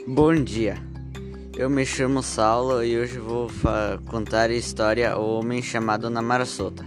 Bom dia, eu me chamo Saulo e hoje vou contar a história O Homem Chamado Namarasota.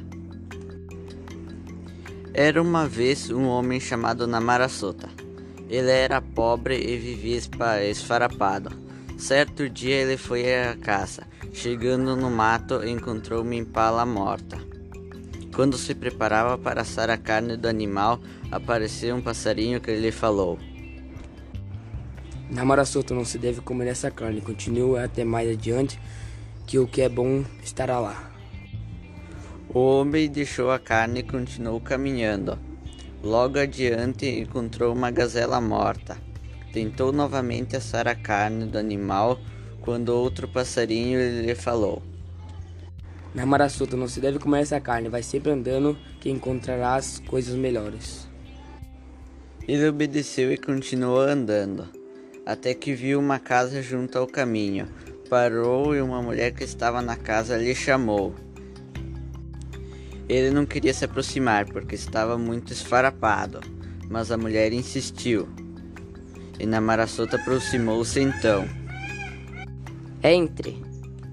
Era uma vez um homem chamado Namarasota. Ele era pobre e vivia esfarrapado. Certo dia ele foi à caça. Chegando no mato, encontrou uma impala morta. Quando se preparava para assar a carne do animal, apareceu um passarinho que lhe falou: Namarasota, não se deve comer essa carne. Continue até mais adiante, que o que é bom estará lá. O homem deixou a carne e continuou caminhando. Logo adiante encontrou uma gazela morta. Tentou novamente assar a carne do animal, quando outro passarinho lhe falou: Namarasota, não se deve comer essa carne. Vai sempre andando, que encontrarás coisas melhores. Ele obedeceu e continuou andando, até que viu uma casa junto ao caminho. Parou e uma mulher que estava na casa lhe chamou. Ele não queria se aproximar porque estava muito esfarrapado, mas a mulher insistiu. E Namarasota aproximou-se então. Entre.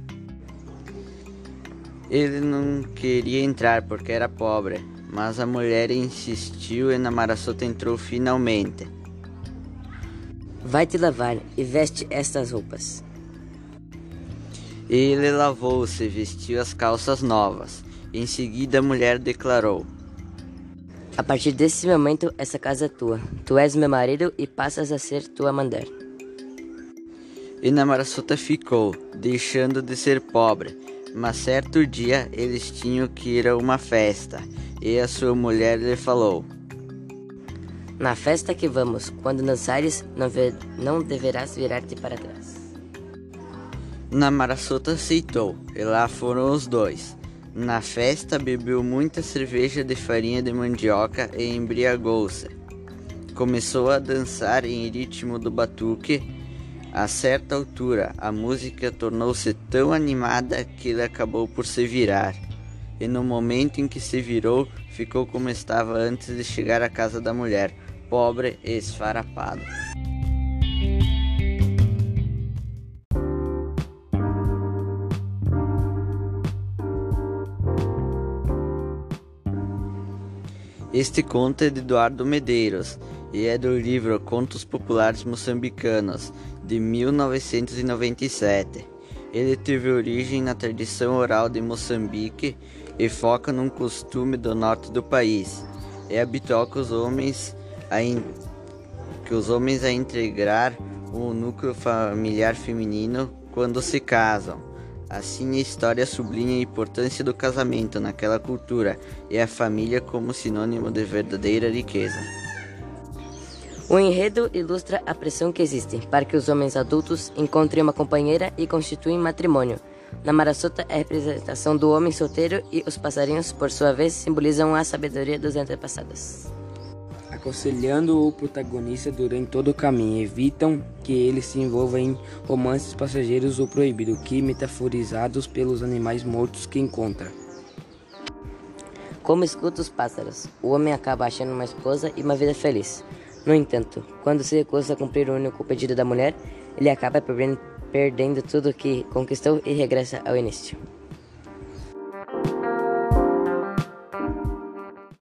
Ele não queria entrar porque era pobre, mas a mulher insistiu e Namarasota entrou finalmente. Vai te lavar e veste estas roupas. Ele lavou-se e vestiu as calças novas. Em seguida a mulher declarou: A partir desse momento, essa casa é tua. Tu és meu marido e passas a ser tua mulher. E Namarasota ficou, deixando de ser pobre. Mas certo dia eles tinham que ir a uma festa, e a sua mulher lhe falou: Na festa que vamos, quando dançares, não deverás virar-te para trás. Namarasota aceitou, e lá foram os dois. Na festa bebeu muita cerveja de farinha de mandioca e embriagou-se. Começou a dançar em ritmo do batuque. A certa altura, a música tornou-se tão animada que ele acabou por se virar. E no momento em que se virou, ficou como estava antes de chegar à casa da mulher, pobre e esfarrapado. Este conto é de Eduardo Medeiros e é do livro Contos Populares Moçambicanos, de 1997. Ele teve origem na tradição oral de Moçambique e foca num costume do norte do país. É habitual que os homens a integrar o núcleo familiar feminino quando se casam. Assim, a história sublinha a importância do casamento naquela cultura e a família como sinônimo de verdadeira riqueza. O enredo ilustra a pressão que existe para que os homens adultos encontrem uma companheira e constituem matrimônio. Namarasota é a representação do homem solteiro e os passarinhos, por sua vez, simbolizam a sabedoria dos antepassados. Aconselhando o protagonista durante todo o caminho, evitam que ele se envolva em romances passageiros ou proibidos, que metaforizados pelos animais mortos que encontra. Como escuta os pássaros, o homem acaba achando uma esposa e uma vida feliz. No entanto, quando se recusa a cumprir o único pedido da mulher, ele acaba perdendo tudo o que conquistou e regressa ao início.